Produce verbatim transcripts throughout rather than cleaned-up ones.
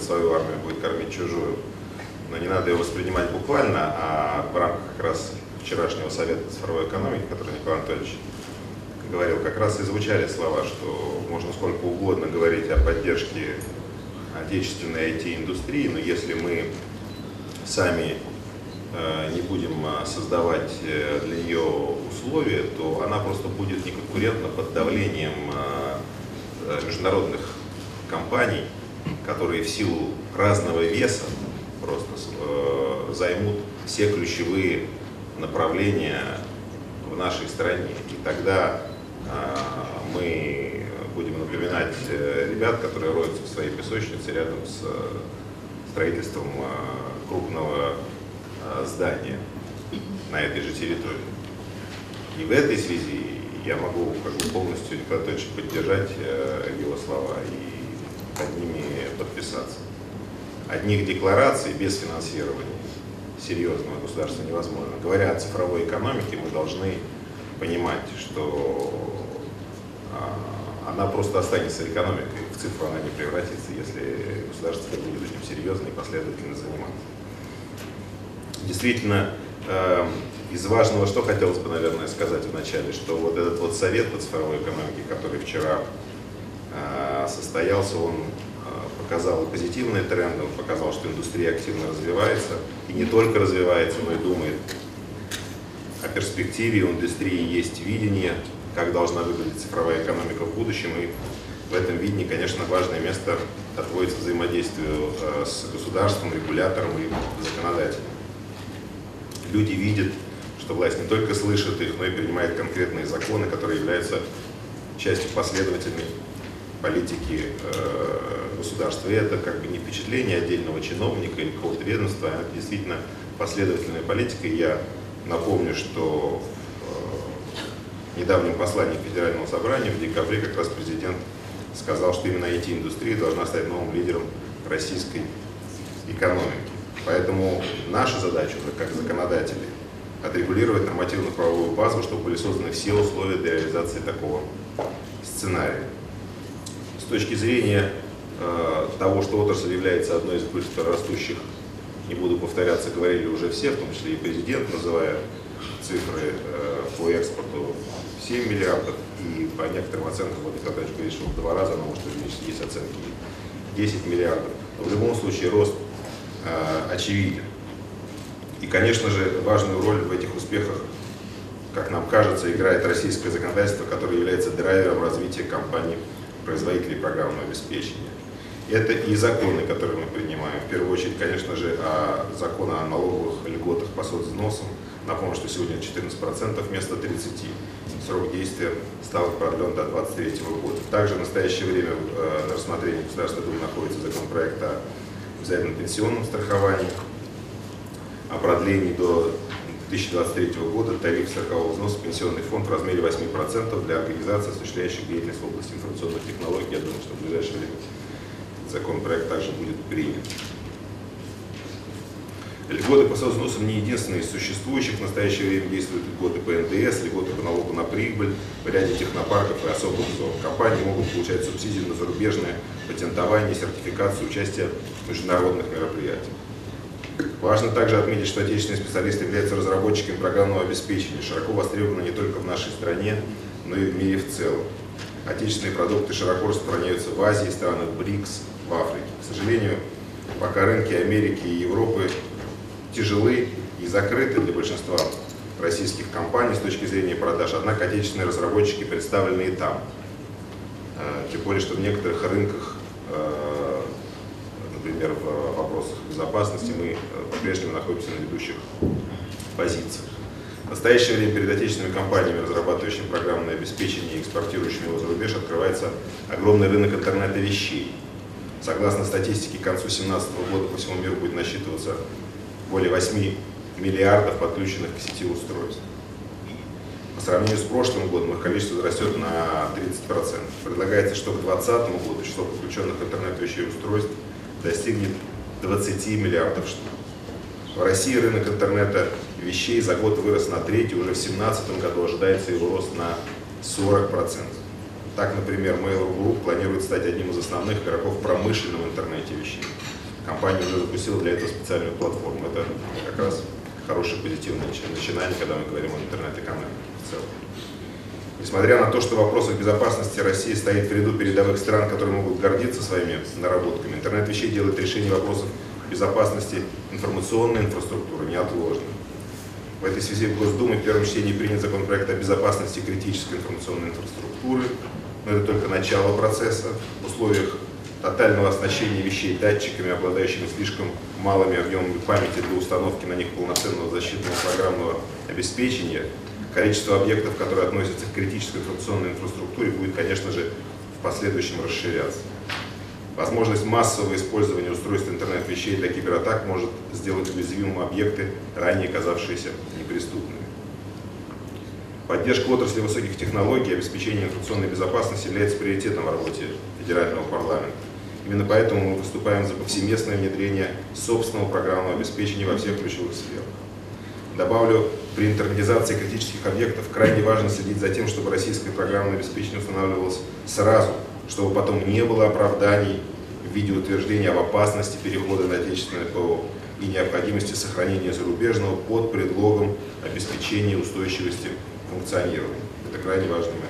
свою армию будет кормить чужую. Но не надо его воспринимать буквально, а в рамках как раз вчерашнего совета цифровой экономики, который Николай Анатольевич говорил, как раз и звучали слова, что можно сколько угодно говорить о поддержке отечественной ай ти-индустрии, но если мы сами э, не будем создавать для нее условия, то она просто будет неконкурентна под давлением э, международных компаний, которые в силу разного веса просто э, займут все ключевые направления в нашей стране. И тогда э, мы будем напоминать э, ребят, которые роются в своей песочнице рядом с э, строительством э, крупного э, здания на этой же территории. И в этой связи я могу как бы, полностью Николая Анатольевича поддержать э, его слова и под ними подписаться. Одних деклараций без финансирования серьезного государства невозможно. Говоря о цифровой экономике, мы должны понимать, что а, она просто останется экономикой, в цифру она не превратится, если государство будет этим серьезно и последовательно заниматься. Действительно, э, из важного, что хотелось бы, наверное, сказать вначале, что вот этот вот совет по цифровой экономике, который вчера э, состоялся, он показал и позитивные тренды, он показал, что индустрия активно развивается, и не только развивается, но и думает о перспективе. У индустрии есть видение, как должна выглядеть цифровая экономика в будущем, и в этом видении, конечно, важное место отводится взаимодействию с государством, регулятором и законодателем. Люди видят, что власть не только слышит их, но и принимает конкретные законы, которые являются частью последовательной политики э, государства. И это как бы не впечатление отдельного чиновника или какого-то ведомства, а это действительно последовательная политика. И я напомню, что в э, недавнем послании Федерального собрания в декабре как раз президент сказал, что именно ай ти-индустрия должна стать новым лидером российской экономики. Поэтому наша задача уже как законодателей отрегулировать нормативно-правовую базу, чтобы были созданы все условия для реализации такого сценария. С точки зрения э, того, что отрасль является одной из быстро растущих, не буду повторяться, говорили уже все, в том числе и президент, называя цифры э, по экспорту семь миллиардов, и по некоторым оценкам, вот Николай Анатольевич говорит, что в два раза, но может увеличить, есть оценки десять миллиардов. Но в любом случае рост э, очевиден. И, конечно же, важную роль в этих успехах, как нам кажется, играет российское законодательство, которое является драйвером развития компаний производителей программного обеспечения. Это и законы, которые мы принимаем. В первую очередь, конечно же, о законе о налоговых льготах по соцвзносам. Напомню, что сегодня четырнадцать процентов вместо тридцати процентов. Срок действия стал продлен до две тысячи двадцать третьего года. Также в настоящее время на рассмотрении Государственной Думы находится законопроект о обязательном пенсионном страховании, о продлении до две тысячи двадцать третьего года тариф страхового взноса в пенсионный фонд в размере восьми процентов для организаций, осуществляющих деятельность в области информационных технологий. Я думаю, что в ближайшее время законопроект также будет принят. Льготы по соцвзносам не единственные из существующих. В настоящее время действуют льготы по эн дэ эс, льготы по налогу на прибыль, в ряде технопарков и особых зон. Компании могут получать субсидии на зарубежное патентование, сертификацию, участие в международных мероприятиях. Важно также отметить, что отечественные специалисты являются разработчиками программного обеспечения, широко востребованы не только в нашей стране, но и в мире в целом. Отечественные продукты широко распространяются в Азии, странах БРИКС, в Африке. К сожалению, пока рынки Америки и Европы тяжелы и закрыты для большинства российских компаний с точки зрения продаж, однако отечественные разработчики представлены и там. Тем более, что в некоторых рынках, например, в вопросах безопасности, мы по-прежнему находимся на ведущих позициях. В настоящее время перед отечественными компаниями, разрабатывающими программное обеспечение и экспортирующими его за рубеж, открывается огромный рынок интернета вещей. Согласно статистике, к концу две тысячи семнадцатого года по всему миру будет насчитываться более восьми миллиардов подключенных к сети устройств. По сравнению с прошлым годом их количество возрастет на тридцать процентов. Предлагается, что к две тысячи двадцатому году число подключенных к интернету вещей устройств достигнет двадцати миллиардов штук. В России рынок интернета вещей за год вырос на треть, и уже в две тысячи семнадцатом году ожидается его рост на сорок процентов. Так, например, Mail.ru Group планирует стать одним из основных игроков в промышленном интернете вещей. компания уже запустила для этого специальную платформу. Это как раз хорошее позитивное начинание, когда мы говорим о интернет-экономике в целом. Несмотря на то, что в вопросах безопасности Россия стоит в ряду передовых стран, которые могут гордиться своими наработками, интернет вещей делает решение вопросов безопасности информационной инфраструктуры неотложным. В этой связи в Госдуме в первом чтении принят законопроект о безопасности критической информационной инфраструктуры. Но это только начало процесса. В условиях тотального оснащения вещей датчиками, обладающими слишком малыми объемами памяти для установки на них полноценного защитного программного обеспечения, количество объектов, которые относятся к критической информационной инфраструктуре, будет, конечно же, в последующем расширяться. Возможность массового использования устройств интернет-вещей для кибератак может сделать уязвимым объекты, ранее казавшиеся неприступными. Поддержка отрасли высоких технологий и обеспечение информационной безопасности является приоритетом в работе федерального парламента. Именно поэтому мы выступаем за повсеместное внедрение собственного программного обеспечения во всех ключевых сферах. Добавлю, при интернетизации критических объектов крайне важно следить за тем, чтобы российское программное обеспечение устанавливалось сразу, чтобы потом не было оправданий в виде утверждения об опасности перехода на отечественное ПО и необходимости сохранения зарубежного под предлогом обеспечения устойчивости функционирования. Это крайне важный момент.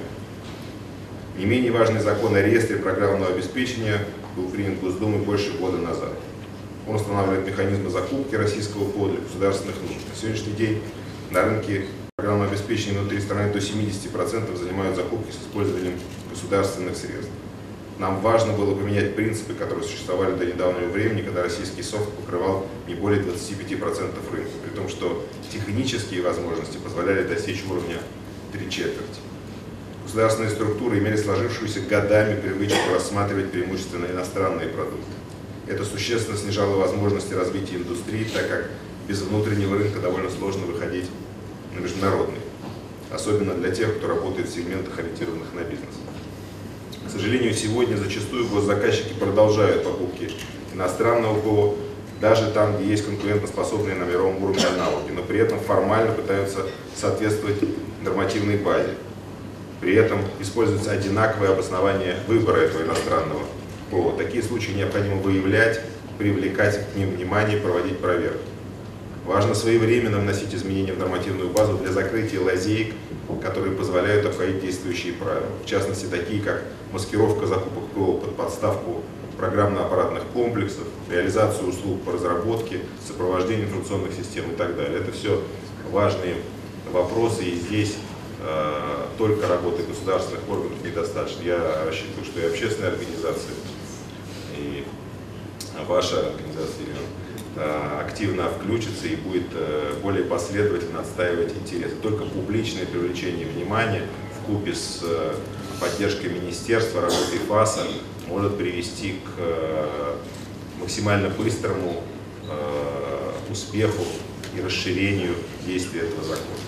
Не менее важный закон о реестре программного обеспечения был принят Госдумой больше года назад. Он устанавливает механизмы закупки российского ПО для государственных нужд. На сегодняшний день на рынке программного обеспечения внутри страны до семидесяти процентов занимают закупки с использованием государственных средств. Нам важно было поменять принципы, которые существовали до недавнего времени, когда российский софт покрывал не более двадцати пяти процентов рынка, при том, что технические возможности позволяли достичь уровня три четверти. Государственные структуры имели сложившуюся годами привычку рассматривать преимущественно иностранные продукты. Это существенно снижало возможности развития индустрии, так как без внутреннего рынка довольно сложно выходить на международный, особенно для тех, кто работает в сегментах, ориентированных на бизнес. К сожалению, сегодня зачастую госзаказчики продолжают покупки иностранного ПО, даже там, где есть конкурентоспособные на мировом уровне аналоги, но при этом формально пытаются соответствовать нормативной базе. При этом используется одинаковое обоснование выбора этого иностранного ПО. Такие случаи необходимо выявлять, привлекать к ним внимание, проводить проверки. Важно своевременно вносить изменения в нормативную базу для закрытия лазеек, которые позволяют обходить действующие правила. В частности, такие как маскировка закупок ПО под подставку программно-аппаратных комплексов, реализацию услуг по разработке, сопровождение информационных систем и так далее. Это все важные вопросы, и здесь э, только работы государственных органов недостаточно. Я рассчитываю, что и общественные организации, и ваша организация, Ирина, активно включится и будет более последовательно отстаивать интересы. Только публичное привлечение внимания вкупе с поддержкой министерства, работой ФАСа может привести к максимально быстрому успеху и расширению действия этого закона.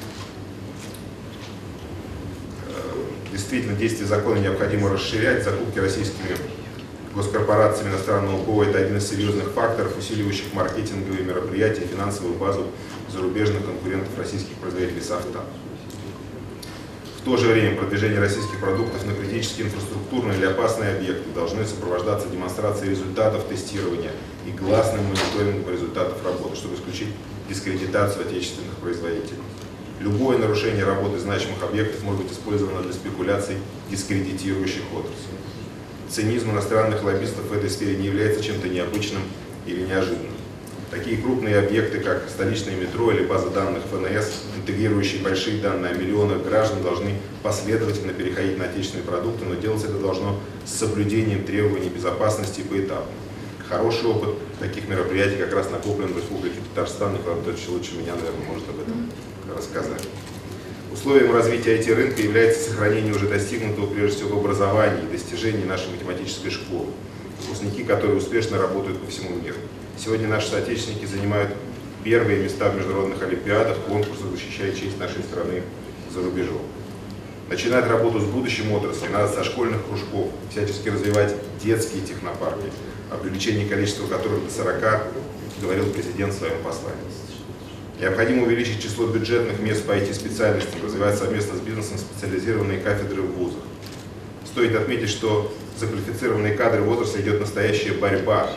Действительно, действие закона необходимо расширять. Закупки российскими госкорпорациями иностранного ПО – это один из серьезных факторов, усиливающих маркетинговые мероприятия и финансовую базу зарубежных конкурентов российских производителей софта. В то же время продвижение российских продуктов на критические инфраструктурные или опасные объекты должны сопровождаться демонстрацией результатов тестирования и гласным мониторингом результатов работы, чтобы исключить дискредитацию отечественных производителей. Любое нарушение работы значимых объектов может быть использовано для спекуляций, дискредитирующих отрасль. Цинизм иностранных лоббистов в этой сфере не является чем-то необычным или неожиданным. Такие крупные объекты, как столичное метро или база данных ФНС, интегрирующие большие данные о миллионах граждан, должны последовательно переходить на отечественные продукты, но делать это должно с соблюдением требований безопасности и поэтапно. Хороший опыт таких мероприятий как раз накоплен в Республике Татарстан, и Николай Анатольевич лучше меня, наверное, может об этом рассказать. Условием развития ай ти-рынка является сохранение уже достигнутого, прежде всего, в образовании и достижений нашей математической школы, выпускники, которые успешно работают по всему миру. Сегодня наши соотечественники занимают первые места в международных олимпиадах, конкурсах, защищая честь нашей страны за рубежом. Начинать работу с будущим отраслью надо со школьных кружков, всячески развивать детские технопарки, о привлечении количества которых до сорока говорил президент в своем послании. Необходимо увеличить число бюджетных мест по ай ти-специальностям, развивать совместно с бизнесом специализированные кафедры в вузах. Стоит отметить, что за квалифицированные кадры в отрасли идет настоящая борьба.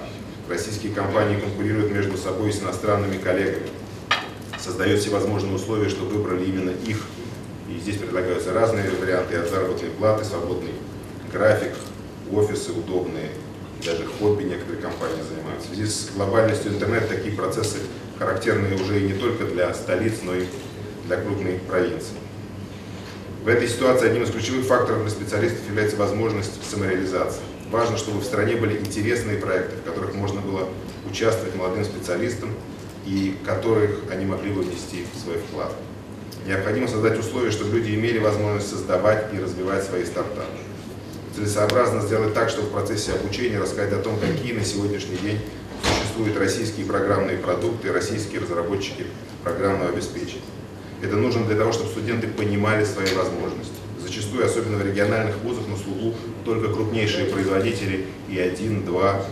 Российские компании конкурируют между собой с иностранными коллегами, создает всевозможные условия, чтобы выбрали именно их. И здесь предлагаются разные варианты от заработной платы, свободный график, офисы удобные, даже хобби некоторые компании занимаются. В связи с глобальностью интернета такие процессы характерны уже и не только для столиц, но и для крупной провинции. В этой ситуации одним из ключевых факторов для специалистов является возможность самореализации. Важно, чтобы в стране были интересные проекты, в которых можно было участвовать молодым специалистам и в которых они могли бы внести свой вклад. Необходимо создать условия, чтобы люди имели возможность создавать и развивать свои стартапы. Целесообразно сделать так, чтобы в процессе обучения рассказать о том, какие на сегодняшний день существуют российские программные продукты и российские разработчики программного обеспечения. Это нужно для того, чтобы студенты понимали свои возможности. Зачастую, особенно в региональных вузах, на слуху только крупнейшие производители и один-два,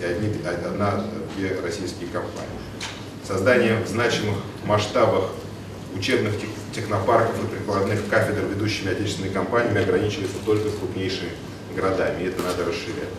одна-две российские компании. Создание в значимых масштабах учебных технопарков и прикладных кафедр ведущими отечественными компаниями ограничивается только крупнейшими городами, и это надо расширять.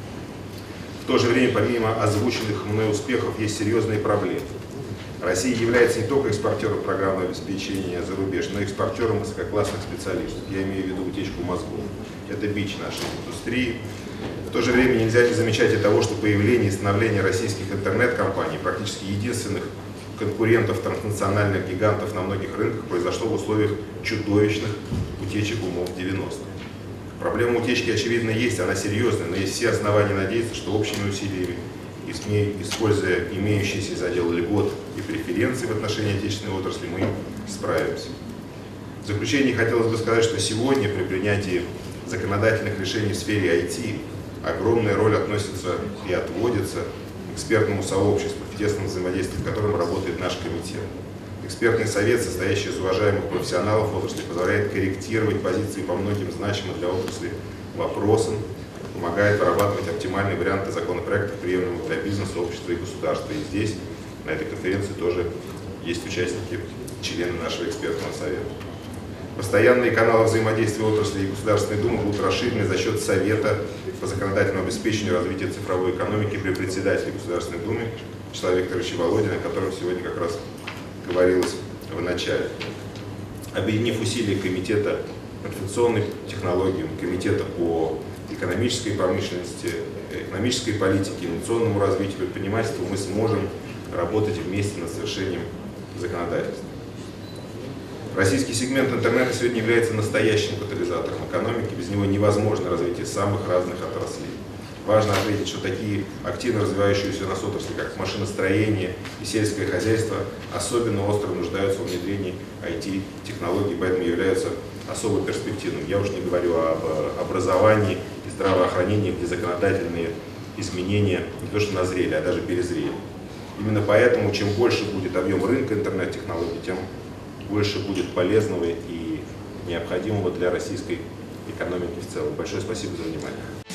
В то же время, помимо озвученных мной успехов, есть серьезные проблемы. Россия является не только экспортером программного обеспечения за рубеж, но и экспортером высококлассных специалистов. Я имею в виду утечку мозгов. Это бич нашей индустрии. В то же время нельзя не замечать и того, что появление и становление российских интернет-компаний, практически единственных конкурентов транснациональных гигантов на многих рынках, произошло в условиях чудовищных утечек умов в девяностых. Проблема утечки, очевидно, есть, она серьезная, но есть все основания надеяться, что общими усилиями, используя имеющиеся из отдела льгот и преференций в отношении отечественной отрасли, мы справимся. В заключение хотелось бы сказать, что сегодня при принятии законодательных решений в сфере ай ти огромная роль относится и отводится экспертному сообществу, в тесном взаимодействии, в котором работает наш комитет. Экспертный совет, состоящий из уважаемых профессионалов в отрасли, позволяет корректировать позиции по многим значимым для отрасли вопросам, помогает вырабатывать оптимальные варианты законопроектов, приемлемых для бизнеса, общества и государства. И здесь, на этой конференции, тоже есть участники, члены нашего экспертного совета. Постоянные каналы взаимодействия отрасли и Государственной Думы будут расширены за счет Совета по законодательному обеспечению развития цифровой экономики при председателе Государственной Думы Вячеславе Викторовиче Володине, о котором сегодня как раз говорилось в начале. Объединив усилия Комитета по информационным технологиям, Комитета по экономической промышленности, экономической политике, инновационному развитию предпринимательства, мы сможем работать вместе над совершением законодательства. Российский сегмент интернета сегодня является настоящим катализатором экономики, без него невозможно развитие самых разных отраслей. Важно отметить, что такие активно развивающиеся у нас отрасли, как машиностроение и сельское хозяйство, особенно остро нуждаются в внедрении ай ти-технологий, поэтому являются особо перспективными. Я уже не говорю об образовании и здравоохранении, где законодательные изменения не то что назрели, а даже перезрели. Именно поэтому, чем больше будет объем рынка интернет-технологий, тем больше будет полезного и необходимого для российской экономики в целом. Большое спасибо за внимание.